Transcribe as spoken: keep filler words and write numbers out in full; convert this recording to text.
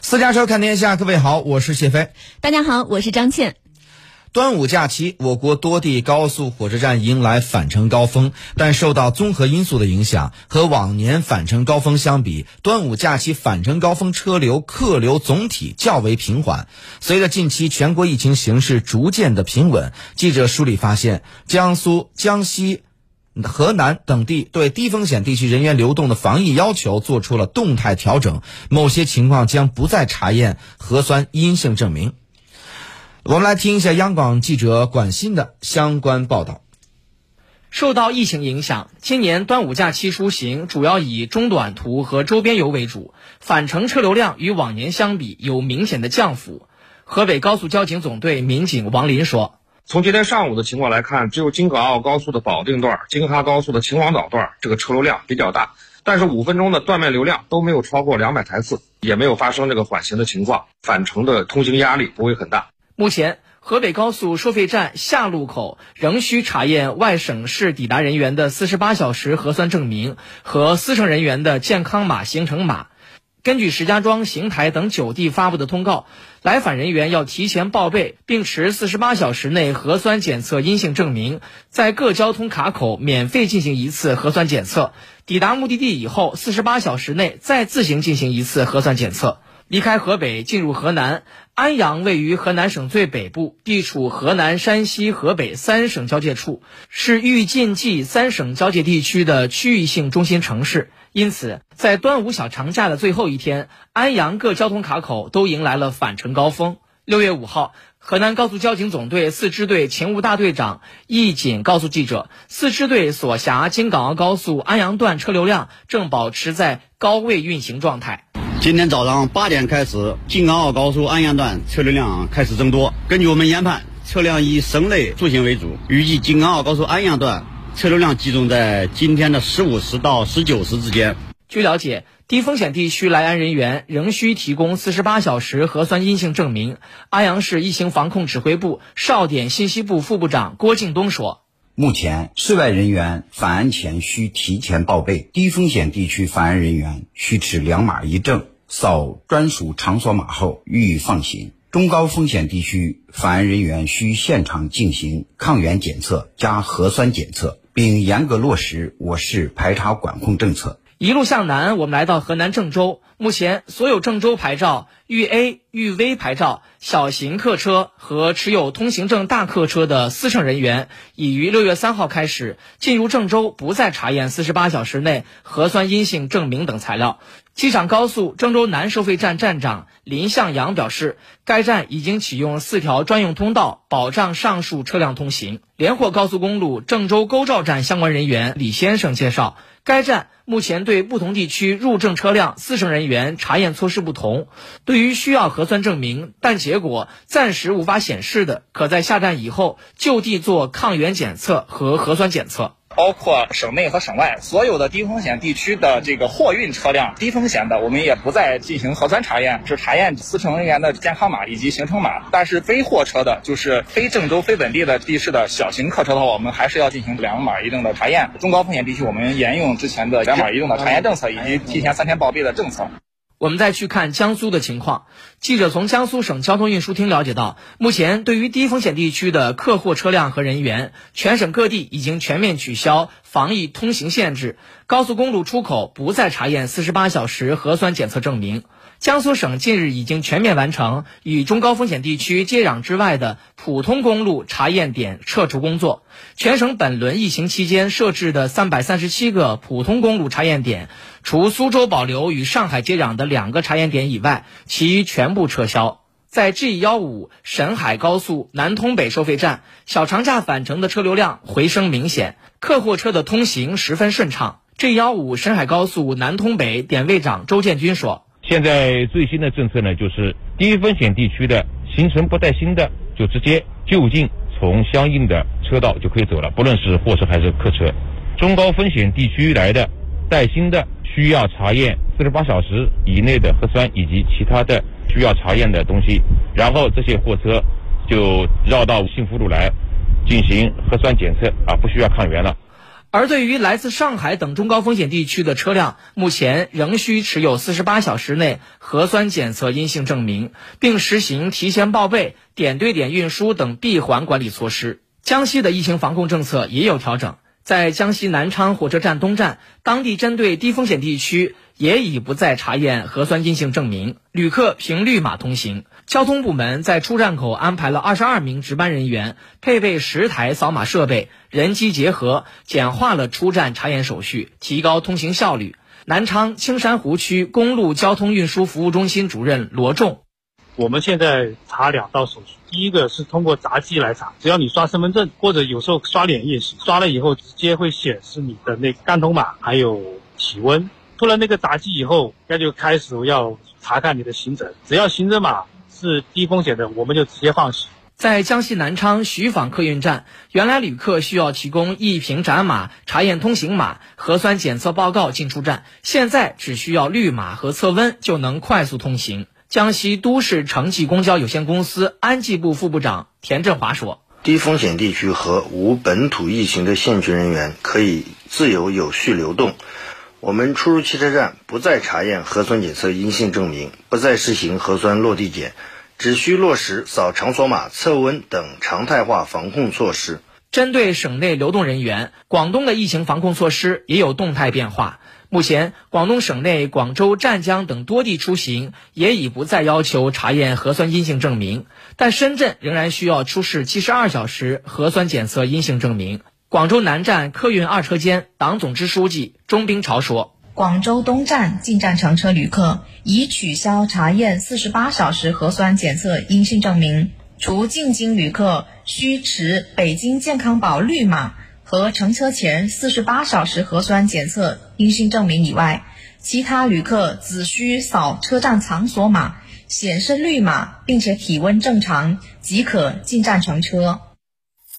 私家车看天下，各位好，我是谢飞。 大家好，我是张倩。 端午假期，我国多地高速火车站迎来返程高峰，但受到综合因素的影响，和往年返程高峰相比，端午假期返程高峰车流客流总体较为平缓。随着近期全国疫情形势逐渐的平稳，记者梳理发现，江苏、江西、河南等地对低风险地区人员流动的防疫要求做出了动态调整，某些情况将不再查验核酸阴性证明。我们来听一下央广记者管鑫的相关报道。 受到疫情影响，今年端午假期出行主要以中短途和周边游为主，返程车流量与往年相比有明显的降幅。河北高速交警总队民警王林说， 从今天上午的情况来看，只有京港澳高速的保定段、京哈高速的秦皇岛段这个车流量比较大，但是五分钟的断面流量都没有超过两百台次，也没有发生这个缓行的情况，返程的通行压力不会很大。 目前河北高速收费站下路口仍需查验外省市抵达人员的四十八小时核酸证明和司乘人员的健康码行程码。根据石家庄、邢台等九地发布的通告，来返人员要提前报备，并持四十八小时内核酸检测阴性证明，在各交通卡口免费进行一次核酸检测，抵达目的地以后四十八小时内再自行进行一次核酸检测。离开河北进入河南，安阳位于河南省最北部，地处河南、山西、河北三省交界处，是豫晋冀三省交界地区的区域性中心城市。因此，在端午小长假的最后一天，安阳各交通卡口都迎来了返程高峰。六月五号，河南高速交警总队四支队勤务大队长易锦告诉记者，四支队所辖京港澳高速安阳段车流量正保持在高位运行状态。 今天早上八点开始，京港澳高速安阳段车流量开始增多。根据我们研判，车辆以省内出行为主，预计京港澳高速安阳段车流量集中在今天的十五时到十九时之间。 据了解，低风险地区来安人员仍需提供四十八小时核酸阴性证明。安阳市疫情防控指挥部少点信息部副部长郭敬东说， 目前市外人员返安前需提前报备，低风险地区返安人员需持两码一证，扫专属场所码后予以放行。中高风险地区返安人员需现场进行抗原检测加核酸检测，并严格落实我市排查管控政策。 一路向南，我们来到河南郑州。目前所有郑州牌照、豫 A、豫 V 牌照、小型客车和持有通行证大客车的司乘人员，已于六月三号开始进入郑州，不再查验四十八小时内核酸阴性证明等材料。机场高速郑州南收费站站长林向阳表示，该站已经启用四条专用通道，保障上述车辆通行。连霍高速公路郑州沟肇站相关人员李先生介绍，该站目前对不同地区入郑车辆司乘人员查验措施不同，对于需要核酸证明但结果暂时无法显示的，可在下站以后就地做抗原检测和核酸检测。 包括省内和省外所有的低风险地区的这个货运车辆，低风险的我们也不再进行核酸查验，只查验司乘人员的健康码以及行程码。但是非货车的，就是非郑州非本地的地市的小型客车的话，我们还是要进行两码一证的查验。中高风险地区我们沿用之前的两码一证的查验政策以及提前三天报备的政策。 我们再去看江苏的情况。记者从江苏省交通运输厅了解到，目前对于低风险地区的客货车辆和人员，全省各地已经全面取消防疫通行限制，高速公路出口不再查验四十八小时核酸检测证明。江苏省近日已经全面完成与中高风险地区接壤之外的普通公路查验点撤除工作。全省本轮疫情期间设置的三百三十七个普通公路查验点，除苏州保留与上海接壤的两个查验点以外，其余全部撤销。在 G 一五 沈海高速南通北收费站，小长假返程的车流量回升明显，客货车的通行十分顺畅。G 一五 沈海高速南通北点位长周建军说， 现在最新的政策呢，就是低风险地区的行程不带薪的，就直接就近从相应的车道就可以走了，不论是货车还是客车。中高风险地区来的带薪的，需要查验四十八小时以内的核酸以及其他的需要查验的东西，然后这些货车就绕到幸福路来进行核酸检测啊，不需要抗原了。 而对于来自上海等中高风险地区的车辆，目前仍需持有四十八小时内核酸检测阴性证明，并实行提前报备、点对点运输等闭环管理措施。江西的疫情防控政策也有调整，在江西南昌火车站东站，当地针对低风险地区也已不再查验核酸阴性证明，旅客凭绿码通行。交通部门在出站口安排了二十二名值班人员，配备十台扫码设备，人机结合，简化了出站查验手续，提高通行效率。南昌青山湖区公路交通运输服务中心主任罗仲： 我们现在查两道手续，第一个是通过闸机来查，只要你刷身份证或者有时候刷脸也行，刷了以后直接会显示你的那个干通码还有体温。出了那个闸机以后，那就开始要查看你的行程，只要行程码是低风险的，我们就直接放行。 在江西南昌徐坊客运站，原来旅客需要提供一凭展码、查验通行码、核酸检测报告进出站，现在只需要绿码和测温就能快速通行。江西都市城际公交有限公司安技部副部长田振华说： 低风险地区和无本土疫情的县区人员可以自由有序流动。我们出入汽车站不再查验核酸检测阴性证明，不再实行核酸落地检，只需落实扫场所码、测温等常态化防控措施。 针对省内流动人员，广东的疫情防控措施也有动态变化。目前，广东省内广州、湛江等多地出行也已不再要求查验核酸阴性证明，但深圳仍然需要出示七十二小时核酸检测阴性证明。广州南站客运二车间党总支书记钟冰潮说： 广州东站进站乘车旅客已取消查验四十八小时核酸检测阴性证明，除进京旅客需持北京健康宝绿码和乘车前四十八小时核酸检测阴性证明以外，其他旅客只需扫车站场所码，显示绿码并且体温正常即可进站乘车。